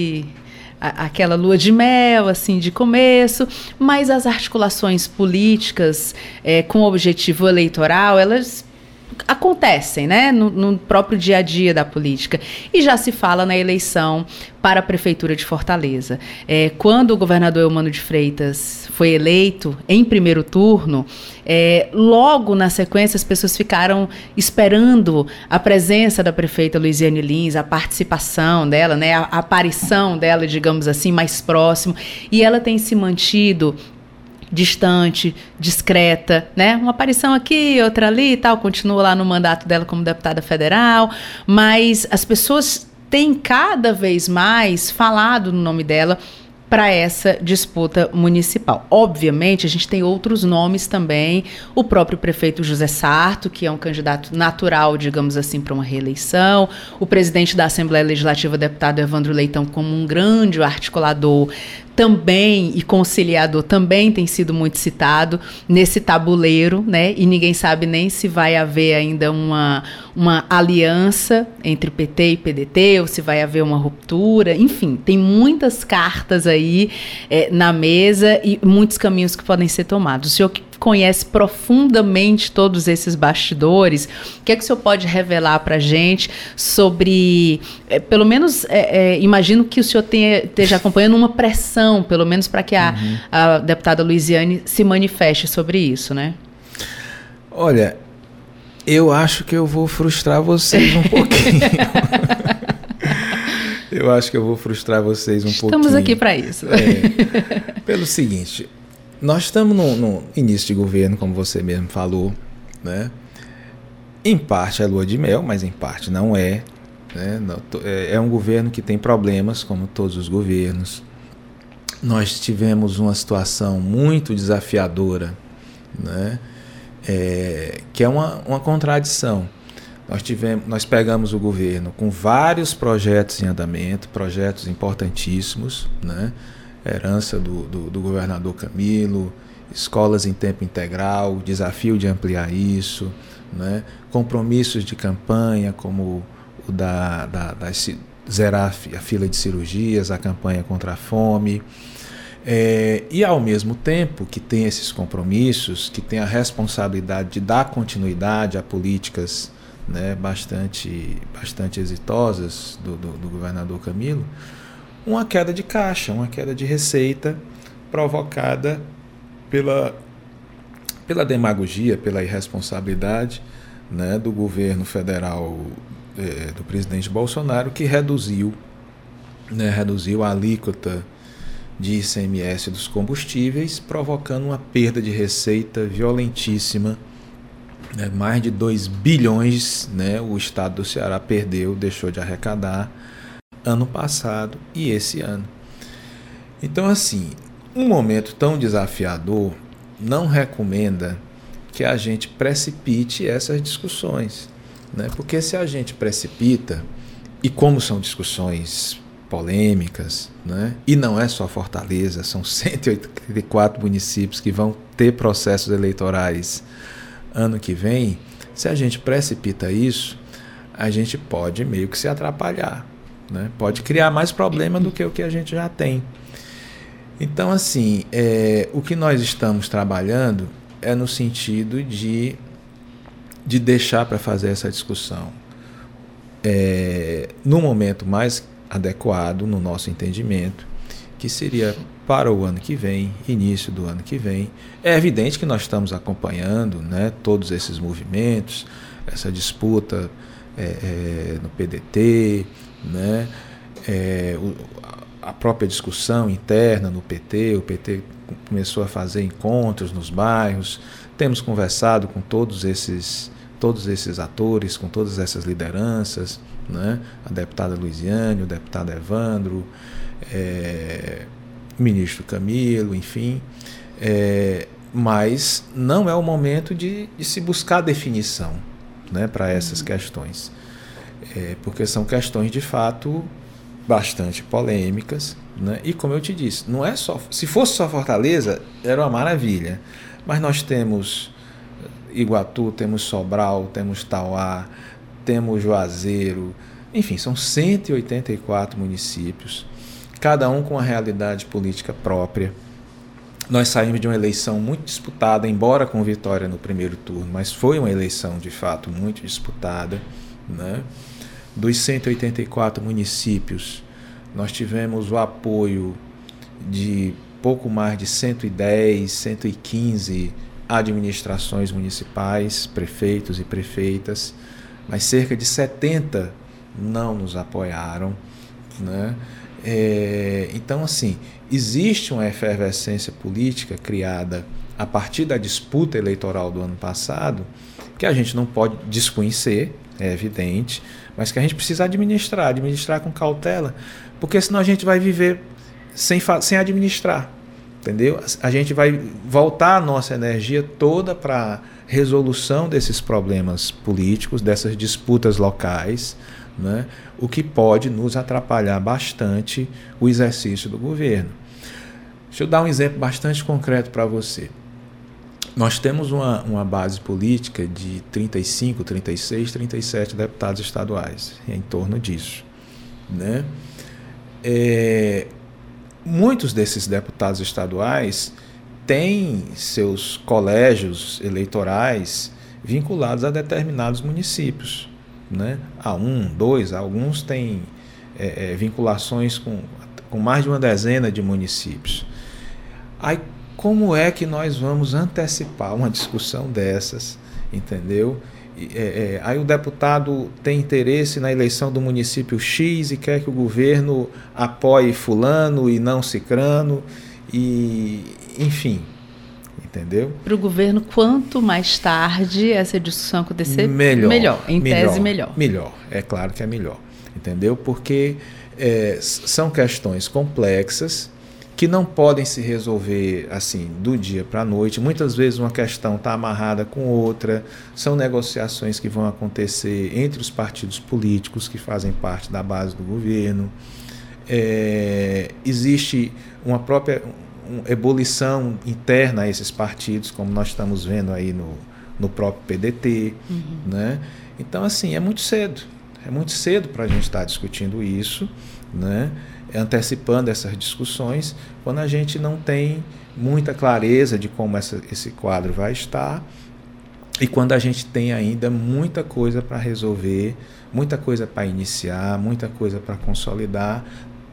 Aquela lua de mel, assim, de começo, mas as articulações políticas com objetivo eleitoral, elas acontecem, né, no próprio dia a dia da política. E já se fala na eleição para a Prefeitura de Fortaleza. Quando o governador Eumano de Freitas foi eleito em primeiro turno, logo na sequência as pessoas ficaram esperando a presença da prefeita Luiziane Lins, a participação dela, né, a aparição dela, digamos assim, mais próximo. E ela tem se mantido distante, discreta, né? Uma aparição aqui, outra ali e tal, continua lá no mandato dela como deputada federal, mas as pessoas têm cada vez mais falado no nome dela para essa disputa municipal. Obviamente, a gente tem outros nomes também, o próprio prefeito José Sarto, que é um candidato natural, digamos assim, para uma reeleição, o presidente da Assembleia Legislativa, deputado Evandro Leitão, como um grande articulador também e conciliador, também tem sido muito citado nesse tabuleiro, né? E ninguém sabe nem se vai haver ainda uma aliança entre PT e PDT, ou se vai haver uma ruptura. Enfim, tem muitas cartas aí na mesa e muitos caminhos que podem ser tomados. O senhor que conhece profundamente todos esses bastidores, o que é que o senhor pode revelar para a gente sobre, pelo menos, imagino que o senhor esteja acompanhando uma pressão, pelo menos para que a deputada Luiziane se manifeste sobre isso, né? Olha, eu acho que eu vou frustrar vocês um pouquinho. Eu acho que eu vou frustrar vocês um pouquinho. Estamos aqui para isso. Pelo seguinte, nós estamos no início de governo, como você mesmo falou, né? Em parte é lua de mel, mas em parte não é. Né? É um governo que tem problemas, como todos os governos. Nós tivemos uma situação muito desafiadora, né? Que é uma contradição. Nós pegamos o governo com vários projetos em andamento, projetos importantíssimos, né? Herança do governador Camilo, escolas em tempo integral, desafio de ampliar isso, né? Compromissos de campanha como o zerar a fila de cirurgias, a campanha contra a fome. E ao mesmo tempo que tem esses compromissos, que tem a responsabilidade de dar continuidade a políticas, né, bastante exitosas do governador Camilo, uma queda de caixa, uma queda de receita provocada pela demagogia, pela irresponsabilidade, né, do governo federal do presidente Bolsonaro, que reduziu a alíquota de ICMS dos combustíveis, provocando uma perda de receita violentíssima, né, mais de 2 bilhões, né, o estado do Ceará deixou de arrecadar ano passado e esse ano. Então, assim, um momento tão desafiador não recomenda que a gente precipite essas discussões, né? Porque se a gente precipita, e como são discussões polêmicas, né? E não é só Fortaleza, são 184 municípios que vão ter processos eleitorais ano que vem, se a gente precipita isso, a gente pode meio que se atrapalhar, né? Pode criar mais problema do que o que a gente já tem. Então, assim, o que nós estamos trabalhando é no sentido de deixar para fazer essa discussão no momento mais adequado, no nosso entendimento, que seria para o ano que vem, início do ano que vem. É evidente que nós estamos acompanhando, né, todos esses movimentos, essa disputa no PDT, né, a própria discussão interna no PT. O PT começou a fazer encontros nos bairros. Temos conversado com todos esses atores, com todas essas lideranças, né? A deputada Luiziane, o deputado Evandro, o ministro Camilo, enfim. Mas não é o momento de se buscar definição, né, para essas questões. Porque são questões, de fato, bastante polêmicas, né? E como eu te disse, não é só, se fosse só Fortaleza, era uma maravilha, mas nós temos Iguatu, temos Sobral, temos Tauá, temos Juazeiro, enfim, são 184 municípios, cada um com uma realidade política própria. Nós saímos de uma eleição muito disputada, embora com vitória no primeiro turno, mas foi uma eleição de fato muito disputada, né? Dos 184 municípios, nós tivemos o apoio de pouco mais de 110, 115 administrações municipais, prefeitos e prefeitas, mas cerca de 70 não nos apoiaram, né? Então, assim, existe uma efervescência política criada a partir da disputa eleitoral do ano passado, que a gente não pode desconhecer, é evidente, mas que a gente precisa administrar com cautela, porque senão a gente vai viver sem administrar, entendeu? A gente vai voltar a nossa energia toda para resolução desses problemas políticos, dessas disputas locais, né? O que pode nos atrapalhar bastante o exercício do governo. Deixa eu dar um exemplo bastante concreto para você. Nós temos uma base política de 35, 36, 37 deputados estaduais, em torno disso, né? Muitos desses deputados estaduais têm seus colégios eleitorais vinculados a determinados municípios, né? A dois, alguns têm vinculações com mais de uma dezena de municípios. Aí, como é que nós vamos antecipar uma discussão dessas, entendeu? Aí o deputado tem interesse na eleição do município X e quer que o governo apoie fulano e não cicrano, e enfim, entendeu? Para o governo, quanto mais tarde essa discussão acontecer, melhor. Em tese, melhor. Melhor, é claro que é melhor, entendeu? Porque são questões complexas que não podem se resolver assim do dia para a noite. Muitas vezes uma questão está amarrada com outra, são negociações que vão acontecer entre os partidos políticos que fazem parte da base do governo. Existe uma própria ebulição interna a esses partidos, como nós estamos vendo aí no próprio PDT, né? Então, assim, é muito cedo para a gente estar discutindo isso, né? Antecipando essas discussões, quando a gente não tem muita clareza de como esse quadro vai estar, e quando a gente tem ainda muita coisa para resolver, muita coisa para iniciar, muita coisa para consolidar,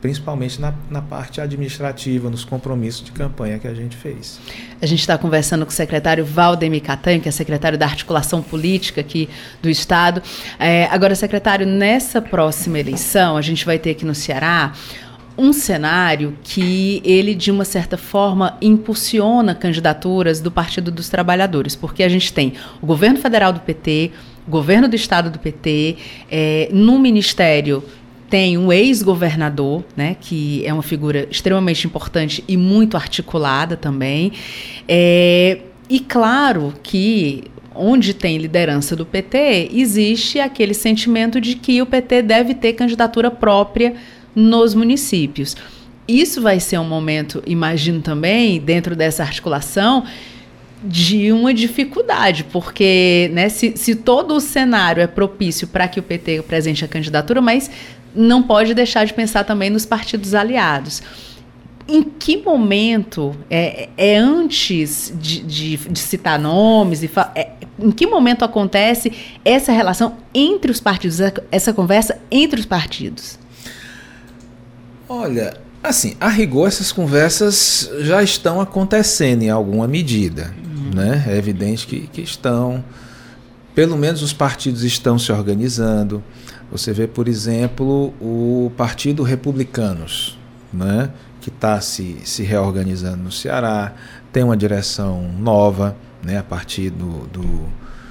principalmente na parte administrativa, nos compromissos de campanha que a gente fez. A gente está conversando com o secretário Valdemir Catanho, que é secretário da Articulação Política aqui do Estado. Agora, secretário, nessa próxima eleição, a gente vai ter aqui no Ceará um cenário que ele, de uma certa forma, impulsiona candidaturas do Partido dos Trabalhadores, porque a gente tem o governo federal do PT, o governo do estado do PT, no ministério tem um ex-governador, né, que é uma figura extremamente importante e muito articulada também, e claro que onde tem liderança do PT, existe aquele sentimento de que o PT deve ter candidatura própria nos municípios. Isso vai ser um momento, imagino também, dentro dessa articulação, de uma dificuldade, porque, né, se todo o cenário é propício para que o PT apresente a candidatura, mas não pode deixar de pensar também nos partidos aliados. Em que momento, antes de citar nomes, em que momento acontece essa relação entre os partidos, essa conversa entre os partidos? Olha, assim, a rigor essas conversas já estão acontecendo em alguma medida, né? É evidente que estão, pelo menos os partidos estão se organizando. Você vê, por exemplo, o Partido Republicanos, né? Que está se reorganizando no Ceará, tem uma direção nova, né? A partir do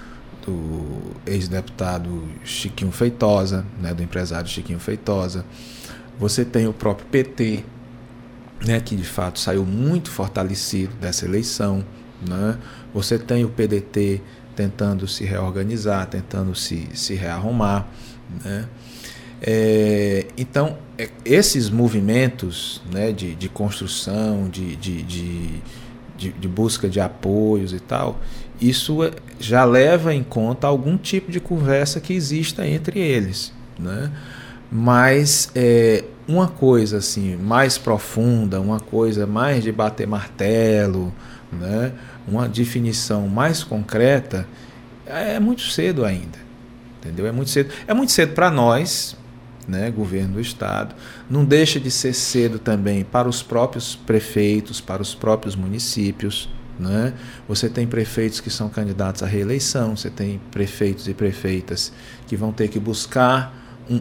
ex-deputado Chiquinho Feitosa, né? Do empresário Chiquinho Feitosa. Você tem o próprio PT, né, que de fato saiu muito fortalecido dessa eleição, né? Você tem o PDT tentando se reorganizar, tentando se rearrumar, né? Então, esses movimentos, né, de construção, de busca de apoios e tal, isso já leva em conta algum tipo de conversa que exista entre eles, né? Mas uma coisa assim mais profunda, uma coisa mais de bater martelo, né? Uma definição mais concreta, é muito cedo ainda, entendeu? É muito cedo para nós, né, governo do estado. Não deixa de ser cedo também para os próprios prefeitos, para os próprios municípios, né? Você tem prefeitos que são candidatos à reeleição, você tem prefeitos e prefeitas que vão ter que buscar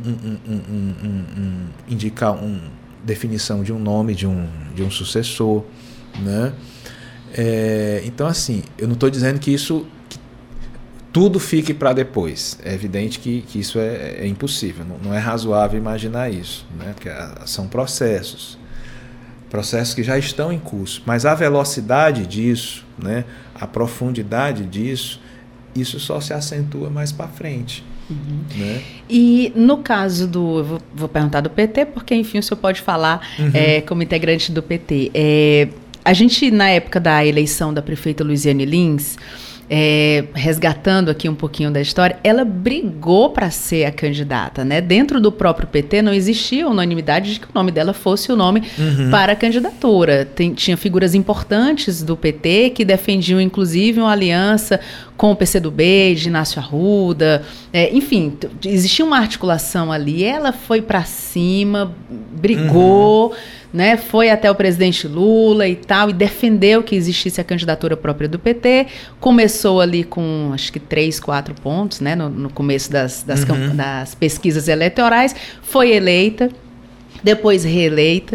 indicar definição de um nome de um sucessor, né? Então, assim, eu não estou dizendo que tudo fique para depois. É evidente que isso é impossível, não é razoável imaginar isso, né? Porque são processos que já estão em curso, mas a velocidade disso, né? A profundidade disso, isso só se acentua mais para frente. Né? E no caso eu vou perguntar do PT, porque enfim o senhor pode falar como integrante do PT. A gente, na época da eleição da prefeita Luiziane Lins, resgatando aqui um pouquinho da história, ela brigou para ser a candidata, né? Dentro do próprio PT não existia unanimidade de que o nome dela fosse o nome para a candidatura. Tinha figuras importantes do PT que defendiam inclusive uma aliança com o PCdoB, de Inácio Arruda, enfim, existia uma articulação ali. Ela foi para cima, brigou, né, foi até o presidente Lula e tal, e defendeu que existisse a candidatura própria do PT. Começou ali com, acho que 3, 4 pontos, né, no começo das pesquisas eleitorais, foi eleita, depois reeleita.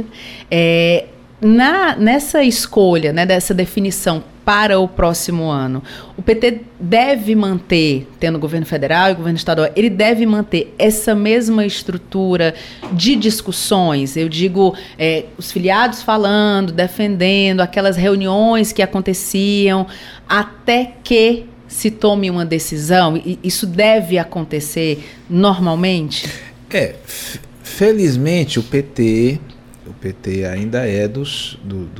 Nessa escolha, né, dessa definição para o próximo ano, o PT deve manter, tendo governo federal e governo estadual, ele deve manter essa mesma estrutura de discussões, eu digo, os filiados falando, defendendo, aquelas reuniões que aconteciam, até que se tome uma decisão. E isso deve acontecer normalmente? Felizmente o PT ainda é dos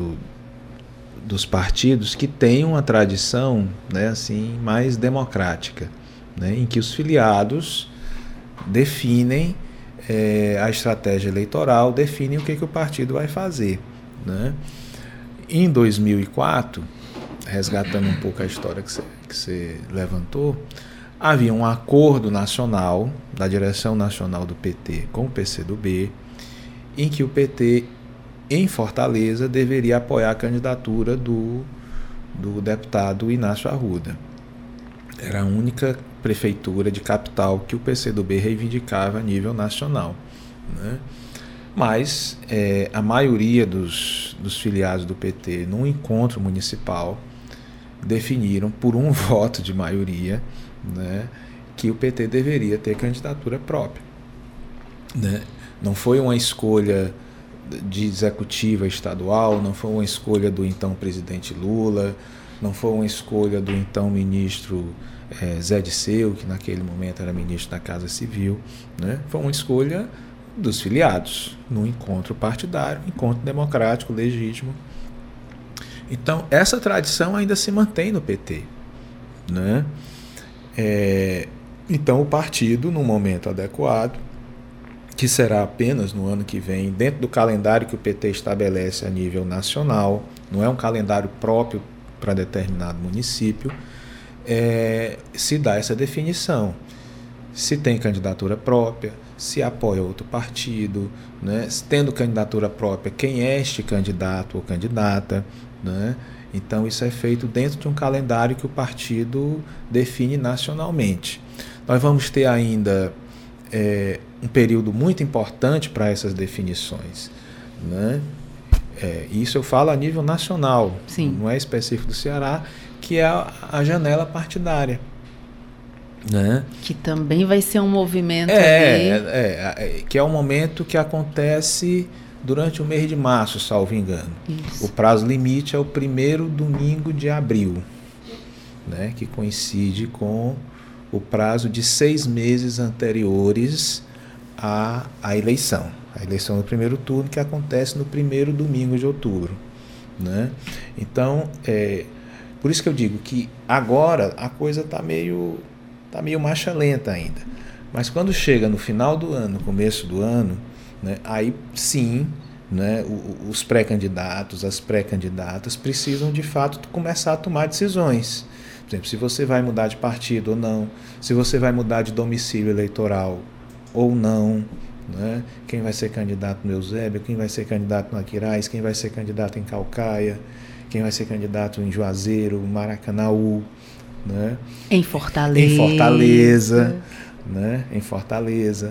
partidos que têm uma tradição, né, assim, mais democrática, né, em que os filiados definem a estratégia eleitoral, definem o que o partido vai fazer, né. Em 2004, resgatando um pouco a história que você levantou, havia um acordo nacional da direção nacional do PT com o PCdoB, em que o PT, em Fortaleza, deveria apoiar a candidatura do deputado Inácio Arruda. Era a única prefeitura de capital que o PCdoB reivindicava a nível nacional, né? Mas a maioria dos filiados do PT, num encontro municipal, definiram por um voto de maioria, né, que o PT deveria ter candidatura própria, né? Não foi uma escolha de executiva estadual, não foi uma escolha do então presidente Lula, não foi uma escolha do então ministro Zé Disseu, que naquele momento era ministro da Casa Civil, né? Foi uma escolha dos filiados, num encontro partidário, encontro democrático, legítimo. Então, essa tradição ainda se mantém no PT, né? Então, o partido, no momento adequado, que será apenas no ano que vem, dentro do calendário que o PT estabelece a nível nacional, não é um calendário próprio para determinado município, se dá essa definição. Se tem candidatura própria, se apoia outro partido, né? Tendo candidatura própria, quem é este candidato ou candidata, né? Então isso é feito dentro de um calendário que o partido define nacionalmente. Nós vamos ter ainda um período muito importante para essas definições, né? Isso eu falo a nível nacional, Sim. Não é específico do Ceará, que é a janela partidária, né? Que também vai ser um movimento que é um momento que acontece durante o mês de março, salvo engano. Isso. O prazo limite é o primeiro domingo de abril, né? Que coincide com o prazo de 6 meses anteriores à eleição. A eleição do primeiro turno, que acontece no primeiro domingo de outubro, né? Então, por isso que eu digo que agora a coisa está meio marcha lenta ainda. Mas quando chega no final do ano, começo do ano, né, aí sim, né, os pré-candidatos, as pré-candidatas precisam de fato começar a tomar decisões. Por exemplo, se você vai mudar de partido ou não, se você vai mudar de domicílio eleitoral ou não, né? Quem vai ser candidato no Eusébio, quem vai ser candidato no Aquiraz, quem vai ser candidato em Caucaia, quem vai ser candidato em Juazeiro, Maracanaú, né? Em Fortaleza. Em Fortaleza.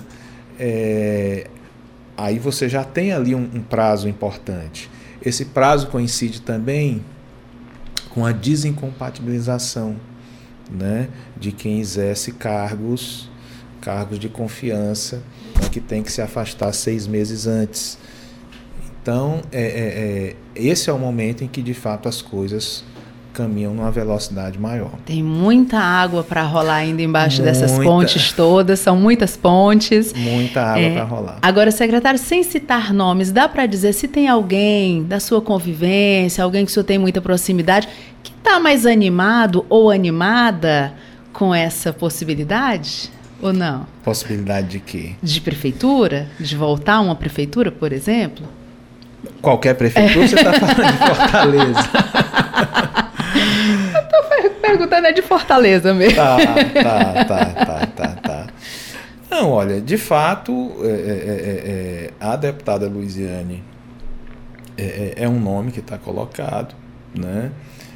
Aí você já tem ali um prazo importante. Esse prazo coincide também com a desincompatibilização, né, de quem exerce cargos de confiança, né, que tem que se afastar 6 meses antes. Então, esse é o momento em que, de fato, as coisas caminham numa velocidade maior. Tem muita água para rolar ainda embaixo dessas pontes todas, são muitas pontes. Muita água para rolar. Agora, secretário, sem citar nomes, dá para dizer se tem alguém da sua convivência, alguém que o senhor tem muita proximidade, que está mais animado ou animada com essa possibilidade? Ou não? Possibilidade de quê? De prefeitura? De voltar a uma prefeitura, por exemplo? Qualquer prefeitura? Você está falando de Fortaleza? Eu estou perguntando, é de Fortaleza mesmo. Tá. Não, olha, de fato, a deputada Luiziane é um nome que está colocado, né?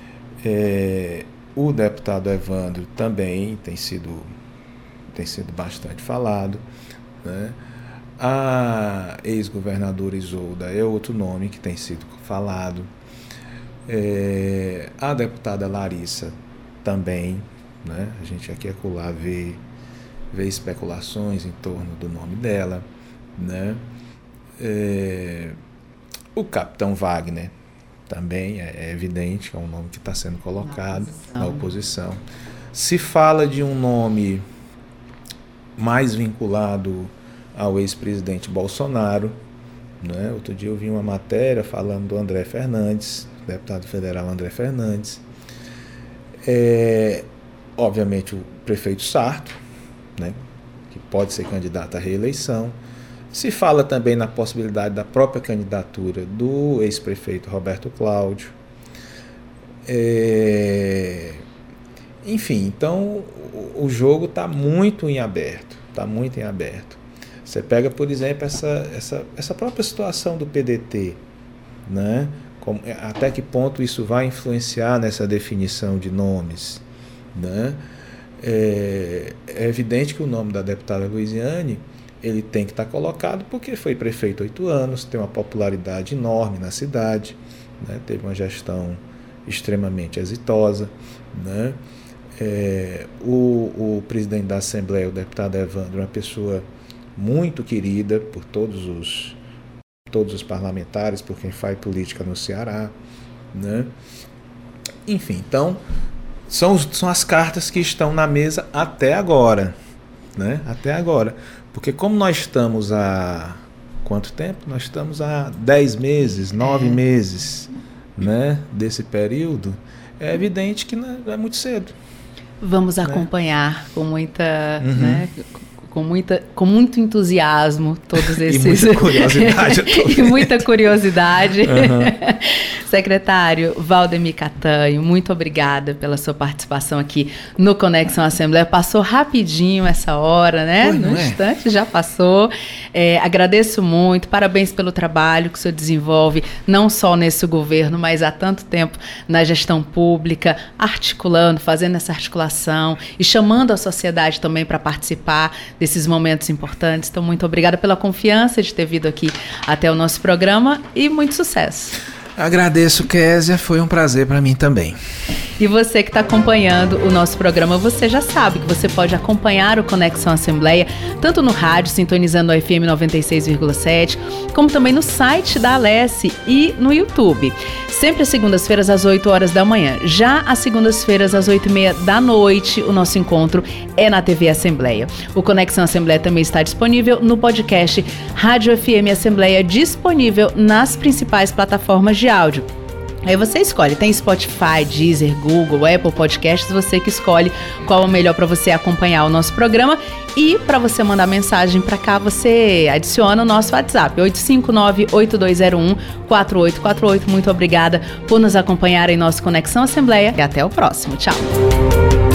O deputado Evandro também tem sido bastante falado, né? A ex-governadora Isolda é outro nome que tem sido falado. A deputada Larissa também, né? A gente aqui e acolá vê especulações em torno do nome dela, né? O capitão Wagner também é evidente que é um nome que está sendo colocado na oposição. Se fala de um nome mais vinculado ao ex-presidente Bolsonaro, né? Outro dia eu vi uma matéria falando do André Fernandes, deputado federal André Fernandes. Obviamente o prefeito Sarto, né? Que pode ser candidato à reeleição. Se fala também na possibilidade da própria candidatura do ex-prefeito Roberto Cláudio. Enfim, então o jogo está muito em aberto. Você pega, por exemplo, essa própria situação do PDT, né? Até que ponto isso vai influenciar nessa definição de nomes, né? É evidente que o nome da deputada Luiziane, ele tem que estar colocado porque foi prefeito 8 anos, tem uma popularidade enorme na cidade, né? Teve uma gestão extremamente exitosa, né? O presidente da Assembleia, o deputado Evandro, é uma pessoa muito querida por todos os parlamentares, por quem faz política no Ceará, né? Enfim, então são as cartas que estão na mesa até agora, né? Até agora, porque como nós estamos há quanto tempo? Nós estamos há 10 meses, 9 meses, né? Desse período, é evidente que não é muito cedo. Vamos acompanhar com muita, né, com muito entusiasmo todos esses... E muita curiosidade. E muita curiosidade. Secretário Valdemir Catanho, muito obrigada pela sua participação aqui no Conexão Assembleia. Passou rapidinho essa hora, né? No instante já passou. Agradeço muito, parabéns pelo trabalho que o senhor desenvolve, não só nesse governo, mas há tanto tempo na gestão pública, articulando, fazendo essa articulação e chamando a sociedade também para participar desses momentos importantes. Então, muito obrigada pela confiança de ter vindo aqui até o nosso programa e muito sucesso. Agradeço, Késia, foi um prazer para mim também. E você que está acompanhando o nosso programa, você já sabe que você pode acompanhar o Conexão Assembleia, tanto no rádio, sintonizando o FM 96,7, como também no site da Alesse e no YouTube. Sempre às segundas-feiras, às 8 horas da manhã. Já às segundas-feiras, às 8h30 da noite, o nosso encontro é na TV Assembleia. O Conexão Assembleia também está disponível no podcast Rádio FM Assembleia, disponível nas principais plataformas de áudio. Aí você escolhe, tem Spotify, Deezer, Google, Apple Podcasts, você que escolhe qual é o melhor para você acompanhar o nosso programa. E para você mandar mensagem para cá, você adiciona o nosso WhatsApp, 859-8201-4848. Muito obrigada por nos acompanhar em nosso Conexão Assembleia e até o próximo. Tchau!